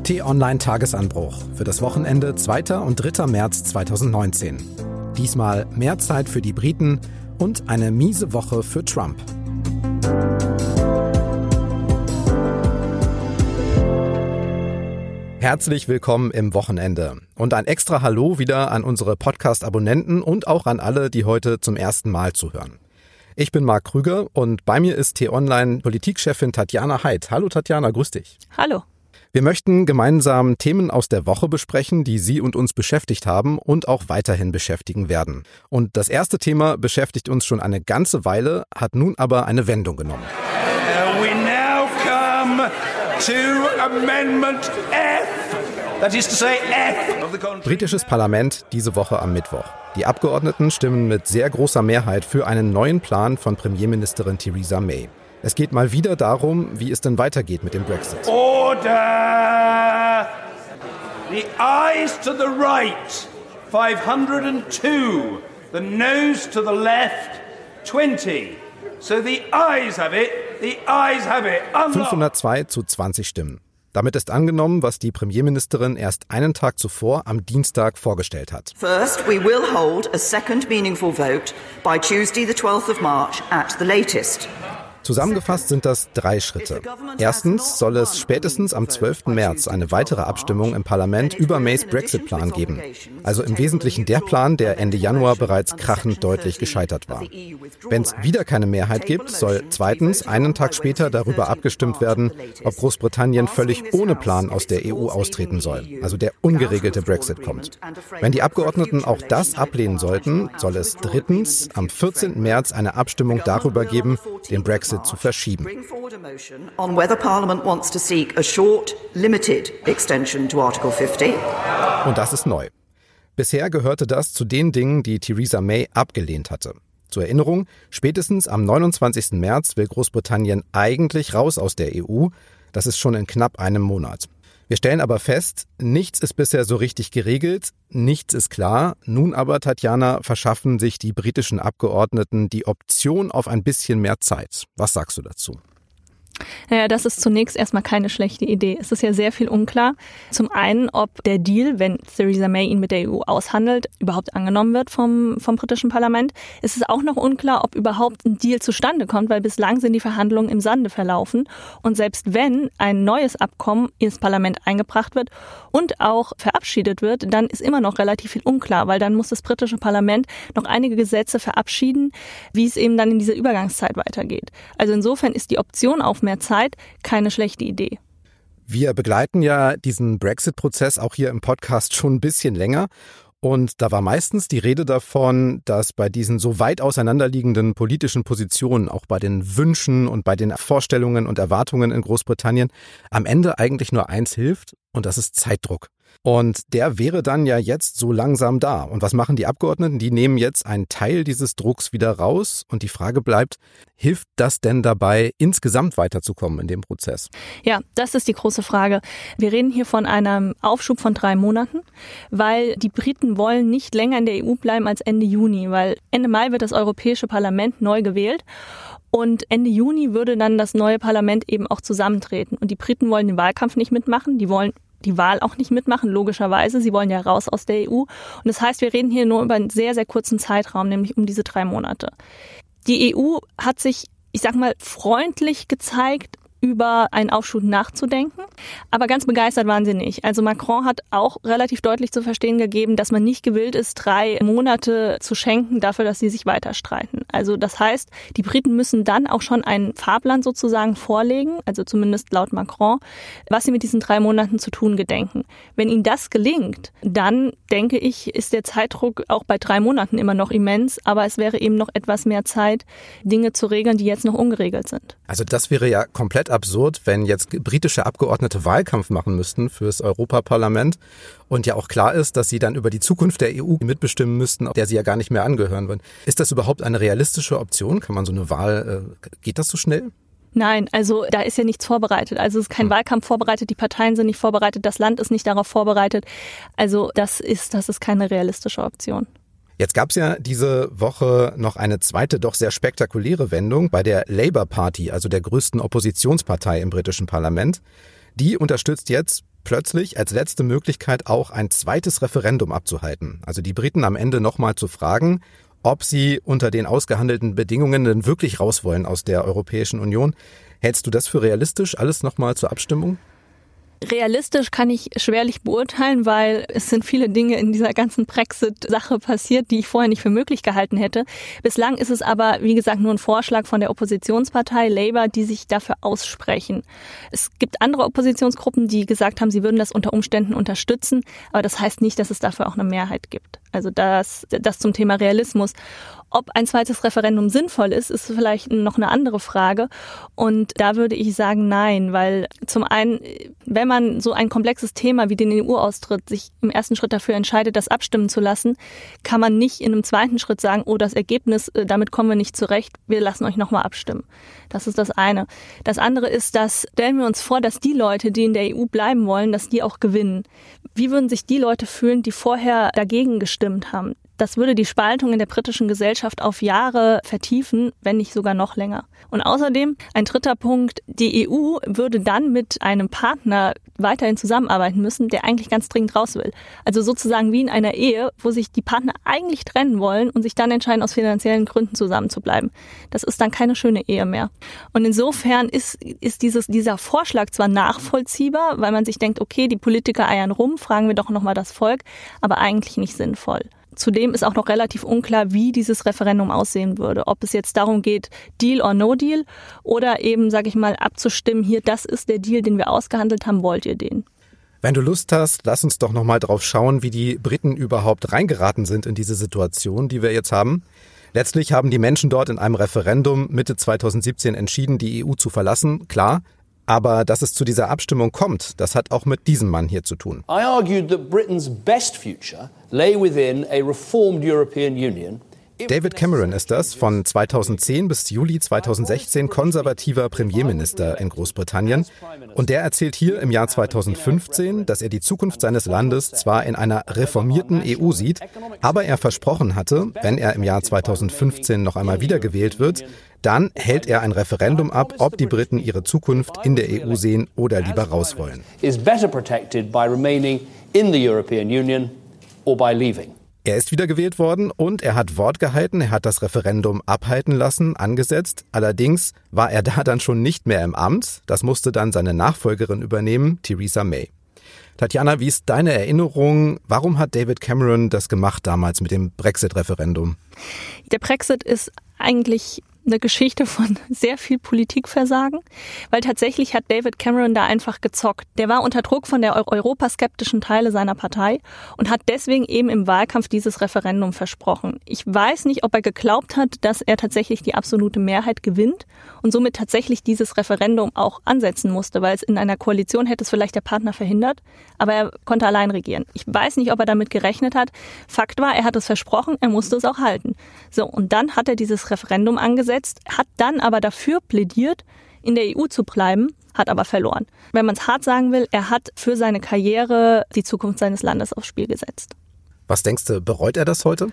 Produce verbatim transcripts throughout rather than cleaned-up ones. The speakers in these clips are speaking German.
T-Online-Tagesanbruch für das Wochenende zweiter und dritter März zweitausendneunzehn. Diesmal mehr Zeit für die Briten und eine miese Woche für Trump. Herzlich willkommen im Wochenende und ein extra Hallo wieder an unsere Podcast-Abonnenten und auch an alle, die heute zum ersten Mal zuhören. Ich bin Marc Krüger und bei mir ist T-Online-Politikchefin Tatjana Heid. Hallo Tatjana, grüß dich. Hallo. Wir möchten gemeinsam Themen aus der Woche besprechen, die Sie und uns beschäftigt haben und auch weiterhin beschäftigen werden. Und das erste Thema beschäftigt uns schon eine ganze Weile, hat nun aber eine Wendung genommen. Uh, we now come to Amendment F. That is to say F of the country. Britisches Parlament diese Woche am Mittwoch. Die Abgeordneten stimmen mit sehr großer Mehrheit für einen neuen Plan von Premierministerin Theresa May. Es geht mal wieder darum, wie es denn weitergeht mit dem Brexit. Order! The ayes to the right, five hundred two. The noes to the left, twenty. So the ayes have it, the ayes have it. Unlocked. fünfhundertzwei zu zwanzig Stimmen. Damit ist angenommen, was die Premierministerin erst einen Tag zuvor am Dienstag vorgestellt hat. First, we will hold a second meaningful vote by Tuesday, the twelfth of March at the latest. Zusammengefasst sind das drei Schritte. Erstens soll es spätestens am zwölften März eine weitere Abstimmung im Parlament über Mays Brexit-Plan geben. Also im Wesentlichen der Plan, der Ende Januar bereits krachend deutlich gescheitert war. Wenn es wieder keine Mehrheit gibt, soll zweitens einen Tag später darüber abgestimmt werden, ob Großbritannien völlig ohne Plan aus der E U austreten soll, also der ungeregelte Brexit kommt. Wenn die Abgeordneten auch das ablehnen sollten, soll es drittens am vierzehnten März eine Abstimmung darüber geben, den Brexit zu verschieben. Und das ist neu. Bisher gehörte das zu den Dingen, die Theresa May abgelehnt hatte. Zur Erinnerung, spätestens am neunundzwanzigsten März will Großbritannien eigentlich raus aus der E U. Das ist schon in knapp einem Monat. Wir stellen aber fest, nichts ist bisher so richtig geregelt, nichts ist klar. Nun aber, Tatjana, verschaffen sich die britischen Abgeordneten die Option auf ein bisschen mehr Zeit. Was sagst du dazu? Naja, das ist zunächst erstmal keine schlechte Idee. Es ist ja sehr viel unklar. Zum einen, ob der Deal, wenn Theresa May ihn mit der E U aushandelt, überhaupt angenommen wird vom, vom britischen Parlament. Es ist auch noch unklar, ob überhaupt ein Deal zustande kommt, weil bislang sind die Verhandlungen im Sande verlaufen. Und selbst wenn ein neues Abkommen ins Parlament eingebracht wird und auch verabschiedet wird, dann ist immer noch relativ viel unklar, weil dann muss das britische Parlament noch einige Gesetze verabschieden, wie es eben dann in dieser Übergangszeit weitergeht. Also insofern ist die Option auf mehr Zeit keine schlechte Idee. Wir begleiten ja diesen Brexit-Prozess auch hier im Podcast schon ein bisschen länger. Und da war meistens die Rede davon, dass bei diesen so weit auseinanderliegenden politischen Positionen, auch bei den Wünschen und bei den Vorstellungen und Erwartungen in Großbritannien, am Ende eigentlich nur eins hilft, und das ist Zeitdruck. Und der wäre dann ja jetzt so langsam da. Und was machen die Abgeordneten? Die nehmen jetzt einen Teil dieses Drucks wieder raus. Und die Frage bleibt, hilft das denn dabei, insgesamt weiterzukommen in dem Prozess? Ja, das ist die große Frage. Wir reden hier von einem Aufschub von drei Monaten, weil die Briten wollen nicht länger in der E U bleiben als Ende Juni, weil Ende Mai wird das Europäische Parlament neu gewählt. Und Ende Juni würde dann das neue Parlament eben auch zusammentreten. Und die Briten wollen den Wahlkampf nicht mitmachen, die wollen die Wahl auch nicht mitmachen, logischerweise. Sie wollen ja raus aus der E U. Und das heißt, wir reden hier nur über einen sehr, sehr kurzen Zeitraum, nämlich um diese drei Monate. Die E U hat sich, ich sag mal, freundlich gezeigt, über einen Aufschub nachzudenken. Aber ganz begeistert waren sie nicht. Also Macron hat auch relativ deutlich zu verstehen gegeben, dass man nicht gewillt ist, drei Monate zu schenken dafür, dass sie sich weiter streiten. Also das heißt, die Briten müssen dann auch schon einen Fahrplan sozusagen vorlegen, also zumindest laut Macron, was sie mit diesen drei Monaten zu tun gedenken. Wenn ihnen das gelingt, dann denke ich, ist der Zeitdruck auch bei drei Monaten immer noch immens, aber es wäre eben noch etwas mehr Zeit, Dinge zu regeln, die jetzt noch ungeregelt sind. Also das wäre ja komplett absurd, wenn jetzt britische Abgeordnete Wahlkampf machen müssten fürs Europaparlament und ja auch klar ist, dass sie dann über die Zukunft der E U mitbestimmen müssten, der sie ja gar nicht mehr angehören würden. Ist das überhaupt eine realistische Option? Kann man so eine Wahl, äh, geht das so schnell? Nein, also da ist ja nichts vorbereitet. Also es ist kein hm. Wahlkampf vorbereitet, die Parteien sind nicht vorbereitet, das Land ist nicht darauf vorbereitet. Also das ist, das ist keine realistische Option. Jetzt gab es ja diese Woche noch eine zweite, doch sehr spektakuläre Wendung bei der Labour Party, also der größten Oppositionspartei im britischen Parlament. Die unterstützt jetzt plötzlich als letzte Möglichkeit auch ein zweites Referendum abzuhalten. Also die Briten am Ende nochmal zu fragen, ob sie unter den ausgehandelten Bedingungen denn wirklich raus wollen aus der Europäischen Union. Hältst du das für realistisch, alles nochmal zur Abstimmung? Realistisch kann ich schwerlich beurteilen, weil es sind viele Dinge in dieser ganzen Brexit-Sache passiert, die ich vorher nicht für möglich gehalten hätte. Bislang ist es aber, wie gesagt, nur ein Vorschlag von der Oppositionspartei Labour, die sich dafür aussprechen. Es gibt andere Oppositionsgruppen, die gesagt haben, sie würden das unter Umständen unterstützen, aber das heißt nicht, dass es dafür auch eine Mehrheit gibt. Also das, das zum Thema Realismus. Ob ein zweites Referendum sinnvoll ist, ist vielleicht noch eine andere Frage. Und da würde ich sagen, nein, weil zum einen, wenn man so ein komplexes Thema wie den E U-Austritt sich im ersten Schritt dafür entscheidet, das abstimmen zu lassen, kann man nicht in einem zweiten Schritt sagen, oh, das Ergebnis, damit kommen wir nicht zurecht, wir lassen euch nochmal abstimmen. Das ist das eine. Das andere ist, dass, stellen wir uns vor, dass die Leute, die in der E U bleiben wollen, dass die auch gewinnen. Wie würden sich die Leute fühlen, die vorher dagegen gestimmt haben? Das würde die Spaltung in der britischen Gesellschaft auf Jahre vertiefen, wenn nicht sogar noch länger. Und außerdem, ein dritter Punkt, die E U würde dann mit einem Partner weiterhin zusammenarbeiten müssen, der eigentlich ganz dringend raus will. Also sozusagen wie in einer Ehe, wo sich die Partner eigentlich trennen wollen und sich dann entscheiden, aus finanziellen Gründen zusammenzubleiben. Das ist dann keine schöne Ehe mehr. Und insofern ist, ist dieses, dieser Vorschlag zwar nachvollziehbar, weil man sich denkt, okay, die Politiker eiern rum, fragen wir doch nochmal das Volk, aber eigentlich nicht sinnvoll. Zudem ist auch noch relativ unklar, wie dieses Referendum aussehen würde. Ob es jetzt darum geht, Deal or No Deal oder eben, sage ich mal, abzustimmen, hier, das ist der Deal, den wir ausgehandelt haben, wollt ihr den? Wenn du Lust hast, lass uns doch nochmal drauf schauen, wie die Briten überhaupt reingeraten sind in diese Situation, die wir jetzt haben. Letztlich haben die Menschen dort in einem Referendum Mitte zweitausendsiebzehn entschieden, die E U zu verlassen, klar. Aber dass es zu dieser Abstimmung kommt, das hat auch mit diesem Mann hier zu tun. I argued that Britain's best future lay within a reformed European Union. David Cameron ist das, von zweitausendzehn bis Juli zweitausendsechzehn konservativer Premierminister in Großbritannien. Und der erzählt hier im Jahr zweitausendfünfzehn, dass er die Zukunft seines Landes zwar in einer reformierten E U sieht, aber er versprochen hatte, wenn er im Jahr zweitausendfünfzehn noch einmal wiedergewählt wird, dann hält er ein Referendum ab, ob die Briten ihre Zukunft in der E U sehen oder lieber raus wollen. Is better protected by remaining in the European Union or by leaving. Er ist wiedergewählt worden und er hat Wort gehalten, er hat das Referendum abhalten lassen, angesetzt. Allerdings war er da dann schon nicht mehr im Amt. Das musste dann seine Nachfolgerin übernehmen, Theresa May. Tatjana, wie ist deine Erinnerung? Warum hat David Cameron das gemacht damals mit dem Brexit-Referendum? Der Brexit ist eigentlich eine Geschichte von sehr viel Politikversagen, weil tatsächlich hat David Cameron da einfach gezockt. Der war unter Druck von der europaskeptischen Teile seiner Partei und hat deswegen eben im Wahlkampf dieses Referendum versprochen. Ich weiß nicht, ob er geglaubt hat, dass er tatsächlich die absolute Mehrheit gewinnt und somit tatsächlich dieses Referendum auch ansetzen musste, weil es in einer Koalition hätte es vielleicht der Partner verhindert, aber er konnte allein regieren. Ich weiß nicht, ob er damit gerechnet hat. Fakt war, er hat es versprochen, er musste es auch halten. So, und dann hat er dieses Referendum angesetzt, hat dann aber dafür plädiert, in der E U zu bleiben, hat aber verloren. Wenn man es hart sagen will, er hat für seine Karriere die Zukunft seines Landes aufs Spiel gesetzt. Was denkst du, bereut er das heute?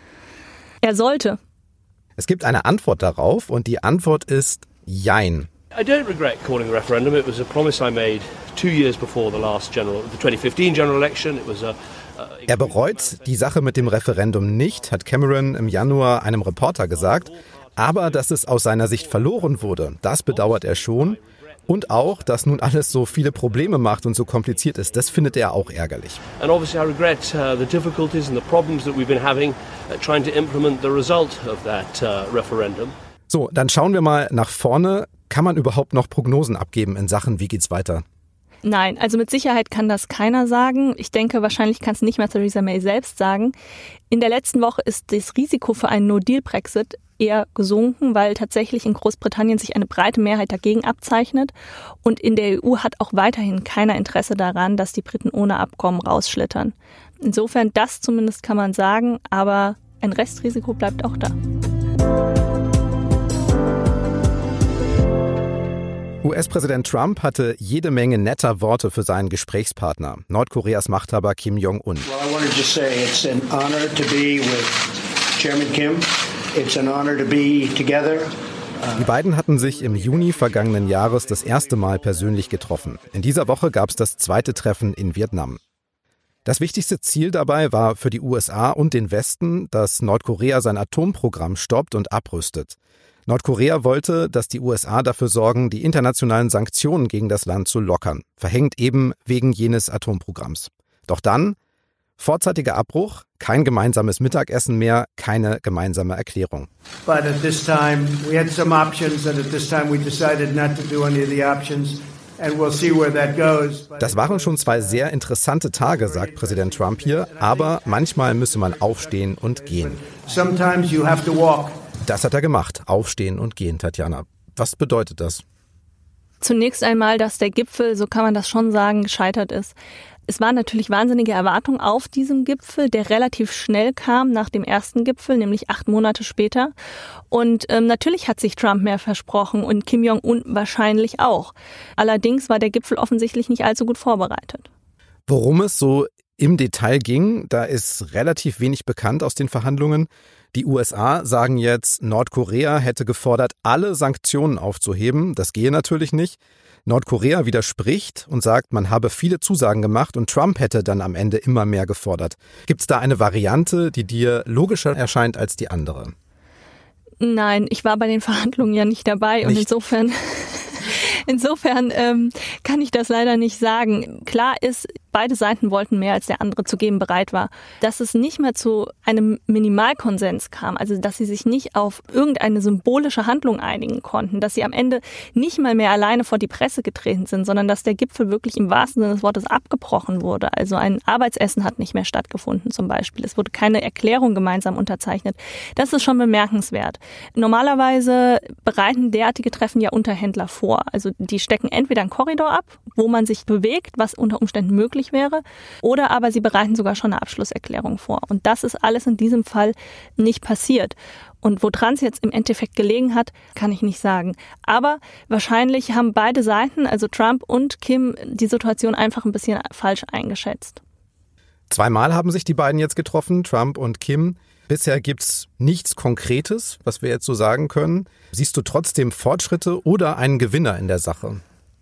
Er sollte. Es gibt eine Antwort darauf und die Antwort ist Jein. I don't regret calling a referendum. It was a promise I made two years before the last general, the twenty fifteen general election. It was a Er bereut die Sache mit dem Referendum nicht, hat Cameron im Januar einem Reporter gesagt. Aber dass es aus seiner Sicht verloren wurde, das bedauert er schon. Und auch, dass nun alles so viele Probleme macht und so kompliziert ist, das findet er auch ärgerlich. And obviously I regret uh, the difficulties and the problems that we've been having uh, trying to implement the result of that uh, referendum. So, dann schauen wir mal nach vorne. Kann man überhaupt noch Prognosen abgeben in Sachen, wie geht's weiter? Nein, also mit Sicherheit kann das keiner sagen. Ich denke, wahrscheinlich kann es nicht mal Theresa May selbst sagen. In der letzten Woche ist das Risiko für einen No-Deal-Brexit eher gesunken, weil tatsächlich in Großbritannien sich eine breite Mehrheit dagegen abzeichnet. Und in der E U hat auch weiterhin keiner Interesse daran, dass die Briten ohne Abkommen rausschlittern. Insofern, das zumindest kann man sagen, aber ein Restrisiko bleibt auch da. U S-Präsident Trump hatte jede Menge netter Worte für seinen Gesprächspartner, Nordkoreas Machthaber Kim Jong-un. Well, I wanted to say it's an honor to be with Chairman Kim. It's an honor to be together Die beiden hatten sich im Juni vergangenen Jahres das erste Mal persönlich getroffen. In dieser Woche gab es das zweite Treffen in Vietnam. Das wichtigste Ziel dabei war für die U S A und den Westen, dass Nordkorea sein Atomprogramm stoppt und abrüstet. Nordkorea wollte, dass die U S A dafür sorgen, die internationalen Sanktionen gegen das Land zu lockern, verhängt eben wegen jenes Atomprogramms. Doch dann vorzeitiger Abbruch, kein gemeinsames Mittagessen mehr, keine gemeinsame Erklärung. But at this time we had some options and at this time we decided not to do any of the options. And we'll see where that goes. Das waren schon zwei sehr interessante Tage, sagt Präsident Trump hier, aber manchmal müsse man aufstehen und gehen. Sometimes you have to walk. Das hat er gemacht, aufstehen und gehen, Tatjana. Was bedeutet das? Zunächst einmal, dass der Gipfel, so kann man das schon sagen, gescheitert ist. Es waren natürlich wahnsinnige Erwartungen auf diesem Gipfel, der relativ schnell kam nach dem ersten Gipfel, nämlich acht Monate später. Und ähm, natürlich hat sich Trump mehr versprochen und Kim Jong-un wahrscheinlich auch. Allerdings war der Gipfel offensichtlich nicht allzu gut vorbereitet. Worum es so im Detail ging, da ist relativ wenig bekannt aus den Verhandlungen. Die U S A sagen jetzt, Nordkorea hätte gefordert, alle Sanktionen aufzuheben. Das gehe natürlich nicht. Nordkorea widerspricht und sagt, man habe viele Zusagen gemacht und Trump hätte dann am Ende immer mehr gefordert. Gibt es da eine Variante, die dir logischer erscheint als die andere? Nein, ich war bei den Verhandlungen ja nicht dabei nicht. und insofern... Insofern ähm, kann ich das leider nicht sagen. Klar ist, beide Seiten wollten mehr, als der andere zu geben bereit war. Dass es nicht mehr zu einem Minimalkonsens kam, also dass sie sich nicht auf irgendeine symbolische Handlung einigen konnten, dass sie am Ende nicht mal mehr alleine vor die Presse getreten sind, sondern dass der Gipfel wirklich im wahrsten Sinne des Wortes abgebrochen wurde. Also ein Arbeitsessen hat nicht mehr stattgefunden zum Beispiel. Es wurde keine Erklärung gemeinsam unterzeichnet. Das ist schon bemerkenswert. Normalerweise bereiten derartige Treffen ja Unterhändler vor. Also die stecken entweder einen Korridor ab, wo man sich bewegt, was unter Umständen möglich wäre, oder aber sie bereiten sogar schon eine Abschlusserklärung vor. Und das ist alles in diesem Fall nicht passiert. Und woran es jetzt im Endeffekt gelegen hat, kann ich nicht sagen. Aber wahrscheinlich haben beide Seiten, also Trump und Kim, die Situation einfach ein bisschen falsch eingeschätzt. Zweimal haben sich die beiden jetzt getroffen, Trump und Kim. Bisher gibt's nichts Konkretes, was wir jetzt so sagen können. Siehst du trotzdem Fortschritte oder einen Gewinner in der Sache?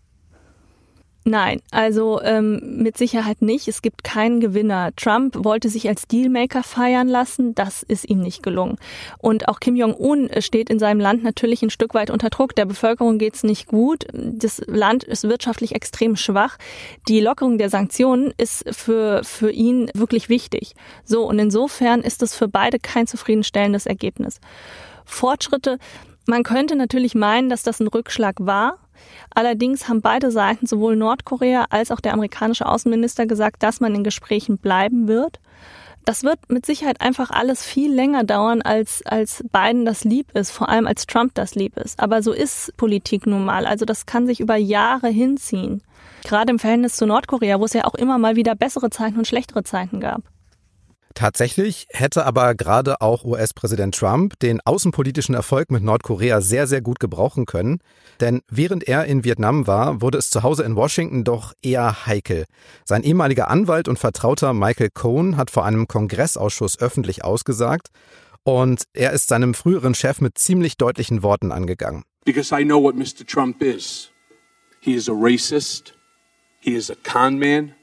Nein, also ähm, mit Sicherheit nicht. Es gibt keinen Gewinner. Trump wollte sich als Dealmaker feiern lassen. Das ist ihm nicht gelungen. Und auch Kim Jong-un steht in seinem Land natürlich ein Stück weit unter Druck. Der Bevölkerung geht's nicht gut. Das Land ist wirtschaftlich extrem schwach. Die Lockerung der Sanktionen ist für, für ihn wirklich wichtig. So, und insofern ist es für beide kein zufriedenstellendes Ergebnis. Fortschritte, man könnte natürlich meinen, dass das ein Rückschlag war. Allerdings haben beide Seiten, sowohl Nordkorea als auch der amerikanische Außenminister, gesagt, dass man in Gesprächen bleiben wird. Das wird mit Sicherheit einfach alles viel länger dauern, als, als Biden das lieb ist, vor allem als Trump das lieb ist. Aber so ist Politik nun mal. Also das kann sich über Jahre hinziehen. Gerade im Verhältnis zu Nordkorea, wo es ja auch immer mal wieder bessere Zeiten und schlechtere Zeiten gab. Tatsächlich hätte aber gerade auch U S-Präsident Trump den außenpolitischen Erfolg mit Nordkorea sehr, sehr gut gebrauchen können. Denn während er in Vietnam war, wurde es zu Hause in Washington doch eher heikel. Sein ehemaliger Anwalt und Vertrauter Michael Cohen hat vor einem Kongressausschuss öffentlich ausgesagt. Und er ist seinem früheren Chef mit ziemlich deutlichen Worten angegangen. Because I know what Mister Trump is. He is a racist, he is a con man,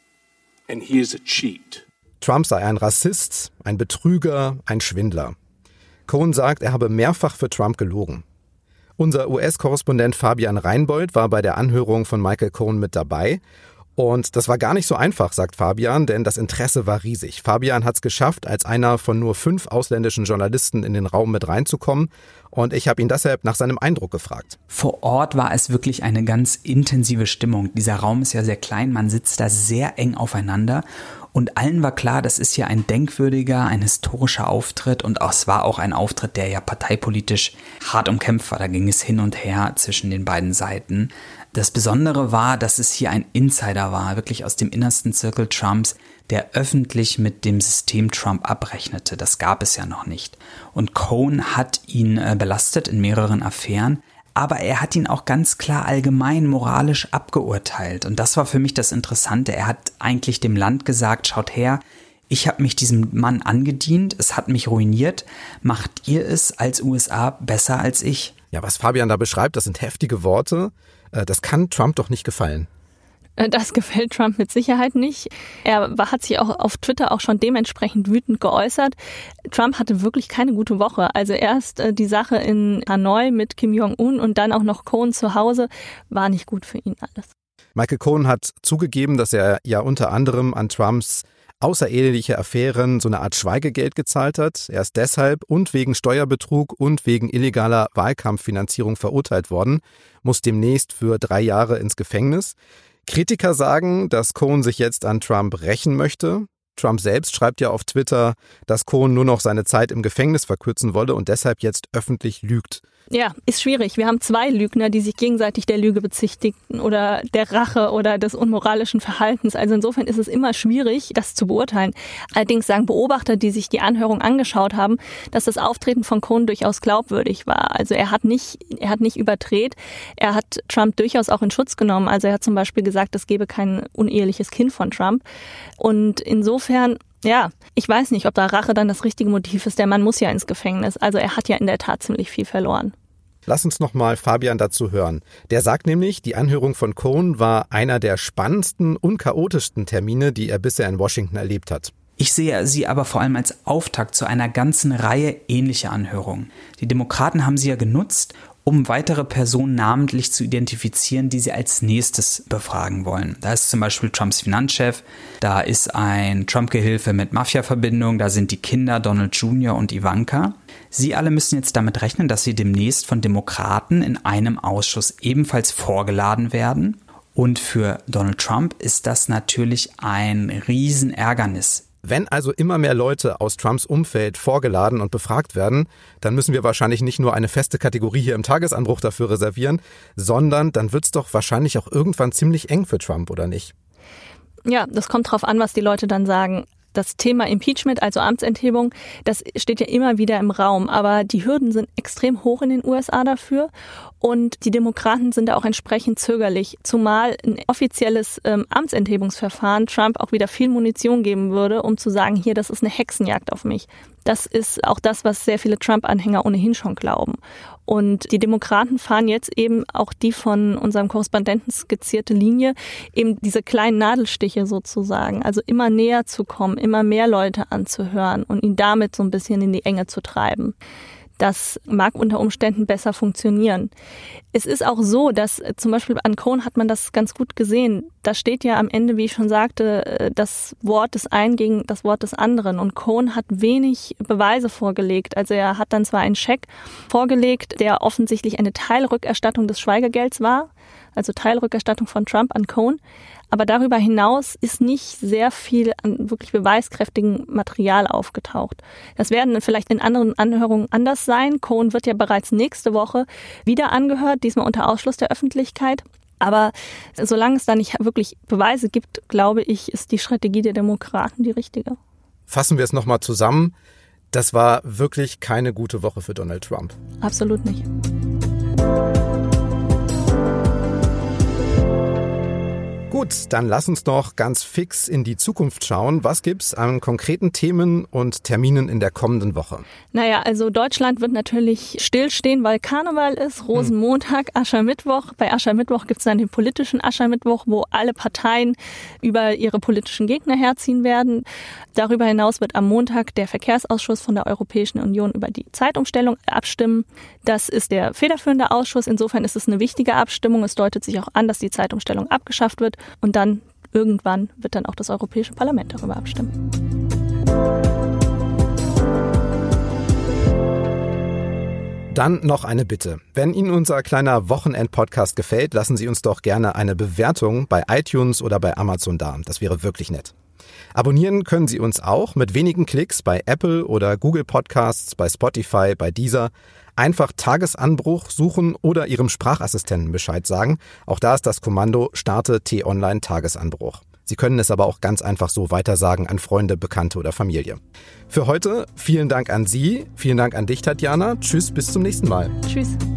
and he is a cheat. Trump sei ein Rassist, ein Betrüger, ein Schwindler. Cohen sagt, er habe mehrfach für Trump gelogen. Unser U S-Korrespondent Fabian Reinbold war bei der Anhörung von Michael Cohen mit dabei. Und das war gar nicht so einfach, sagt Fabian, denn das Interesse war riesig. Fabian hat es geschafft, als einer von nur fünf ausländischen Journalisten in den Raum mit reinzukommen. Und ich habe ihn deshalb nach seinem Eindruck gefragt. Vor Ort war es wirklich eine ganz intensive Stimmung. Dieser Raum ist ja sehr klein, man sitzt da sehr eng aufeinander. Und allen war klar, das ist hier ein denkwürdiger, ein historischer Auftritt. Und es war auch ein Auftritt, der ja parteipolitisch hart umkämpft war. Da ging es hin und her zwischen den beiden Seiten. Das Besondere war, dass es hier ein Insider war, wirklich aus dem innersten Zirkel Trumps, der öffentlich mit dem System Trump abrechnete. Das gab es ja noch nicht. Und Cohen hat ihn äh, belastet in mehreren Affären. Aber er hat ihn auch ganz klar allgemein moralisch abgeurteilt. Und das war für mich das Interessante. Er hat eigentlich dem Land gesagt, schaut her, ich habe mich diesem Mann angedient, es hat mich ruiniert. Macht ihr es als U S A besser als ich? Ja, was Fabian da beschreibt, das sind heftige Worte. Das kann Trump doch nicht gefallen. Das gefällt Trump mit Sicherheit nicht. Er hat sich auch auf Twitter auch schon dementsprechend wütend geäußert. Trump hatte wirklich keine gute Woche. Also erst die Sache in Hanoi mit Kim Jong-un und dann auch noch Cohen zu Hause, war nicht gut für ihn alles. Michael Cohen hat zugegeben, dass er ja unter anderem an Trumps außereheliche Affären so eine Art Schweigegeld gezahlt hat. Er ist deshalb und wegen Steuerbetrug und wegen illegaler Wahlkampffinanzierung verurteilt worden, muss demnächst für drei Jahre ins Gefängnis. Kritiker sagen, dass Cohen sich jetzt an Trump rächen möchte. Trump selbst schreibt ja auf Twitter, dass Cohen nur noch seine Zeit im Gefängnis verkürzen wolle und deshalb jetzt öffentlich lügt. Ja, ist schwierig. Wir haben zwei Lügner, die sich gegenseitig der Lüge bezichtigten oder der Rache oder des unmoralischen Verhaltens. Also insofern ist es immer schwierig, das zu beurteilen. Allerdings sagen Beobachter, die sich die Anhörung angeschaut haben, dass das Auftreten von Cohen durchaus glaubwürdig war. Also er hat nicht, er hat nicht überdreht. Er hat Trump durchaus auch in Schutz genommen. Also er hat zum Beispiel gesagt, es gebe kein uneheliches Kind von Trump. Und insofern, ja, ich weiß nicht, ob da Rache dann das richtige Motiv ist. Der Mann muss ja ins Gefängnis. Also er hat ja in der Tat ziemlich viel verloren. Lass uns noch mal Fabian dazu hören. Der sagt nämlich, die Anhörung von Cohen war einer der spannendsten und chaotischsten Termine, die er bisher in Washington erlebt hat. Ich sehe sie aber vor allem als Auftakt zu einer ganzen Reihe ähnlicher Anhörungen. Die Demokraten haben sie ja genutzt, um weitere Personen namentlich zu identifizieren, die sie als nächstes befragen wollen. Da ist zum Beispiel Trumps Finanzchef, da ist ein Trump-Gehilfe mit Mafia-Verbindung, da sind die Kinder Donald Junior und Ivanka. Sie alle müssen jetzt damit rechnen, dass sie demnächst von Demokraten in einem Ausschuss ebenfalls vorgeladen werden. Und für Donald Trump ist das natürlich ein Riesenärgernis. Wenn also immer mehr Leute aus Trumps Umfeld vorgeladen und befragt werden, dann müssen wir wahrscheinlich nicht nur eine feste Kategorie hier im Tagesanbruch dafür reservieren, sondern dann wird's doch wahrscheinlich auch irgendwann ziemlich eng für Trump, oder nicht? Ja, das kommt drauf an, was die Leute dann sagen. Das Thema Impeachment, also Amtsenthebung, das steht ja immer wieder im Raum. Aber die Hürden sind extrem hoch in den U S A dafür. Und die Demokraten sind da auch entsprechend zögerlich. Zumal ein offizielles ähm, Amtsenthebungsverfahren Trump auch wieder viel Munition geben würde, um zu sagen, hier, das ist eine Hexenjagd auf mich. Das ist auch das, was sehr viele Trump-Anhänger ohnehin schon glauben. Und die Demokraten fahren jetzt eben auch die von unserem Korrespondenten skizzierte Linie, eben diese kleinen Nadelstiche sozusagen, also immer näher zu kommen, immer mehr Leute anzuhören und ihn damit so ein bisschen in die Enge zu treiben. Das mag unter Umständen besser funktionieren. Es ist auch so, dass zum Beispiel an Cohen hat man das ganz gut gesehen. Da steht ja am Ende, wie ich schon sagte, das Wort des einen gegen das Wort des anderen. Und Cohen hat wenig Beweise vorgelegt. Also er hat dann zwar einen Scheck vorgelegt, der offensichtlich eine Teilrückerstattung des Schweigegelds war, also Teilrückerstattung von Trump an Cohen. Aber darüber hinaus ist nicht sehr viel an wirklich beweiskräftigem Material aufgetaucht. Das werden vielleicht in anderen Anhörungen anders sein. Cohen wird ja bereits nächste Woche wieder angehört, diesmal unter Ausschluss der Öffentlichkeit. Aber solange es da nicht wirklich Beweise gibt, glaube ich, ist die Strategie der Demokraten die richtige. Fassen wir es nochmal zusammen. Das war wirklich keine gute Woche für Donald Trump. Absolut nicht. Gut, dann lass uns doch ganz fix in die Zukunft schauen. Was gibt's an konkreten Themen und Terminen in der kommenden Woche? Naja, also Deutschland wird natürlich stillstehen, weil Karneval ist, Rosenmontag, Aschermittwoch. Bei Aschermittwoch gibt's dann den politischen Aschermittwoch, wo alle Parteien über ihre politischen Gegner herziehen werden. Darüber hinaus wird am Montag der Verkehrsausschuss von der Europäischen Union über die Zeitumstellung abstimmen. Das ist der federführende Ausschuss. Insofern ist es eine wichtige Abstimmung. Es deutet sich auch an, dass die Zeitumstellung abgeschafft wird. Und dann irgendwann wird dann auch das Europäische Parlament darüber abstimmen. Dann noch eine Bitte. Wenn Ihnen unser kleiner Wochenend-Podcast gefällt, lassen Sie uns doch gerne eine Bewertung bei iTunes oder bei Amazon da. Das wäre wirklich nett. Abonnieren können Sie uns auch mit wenigen Klicks bei Apple oder Google Podcasts, bei Spotify, bei Deezer. Einfach Tagesanbruch suchen oder Ihrem Sprachassistenten Bescheid sagen. Auch da ist das Kommando Starte T-Online Tagesanbruch. Sie können es aber auch ganz einfach so weitersagen an Freunde, Bekannte oder Familie. Für heute vielen Dank an Sie, vielen Dank an dich, Tatjana. Tschüss, bis zum nächsten Mal. Tschüss.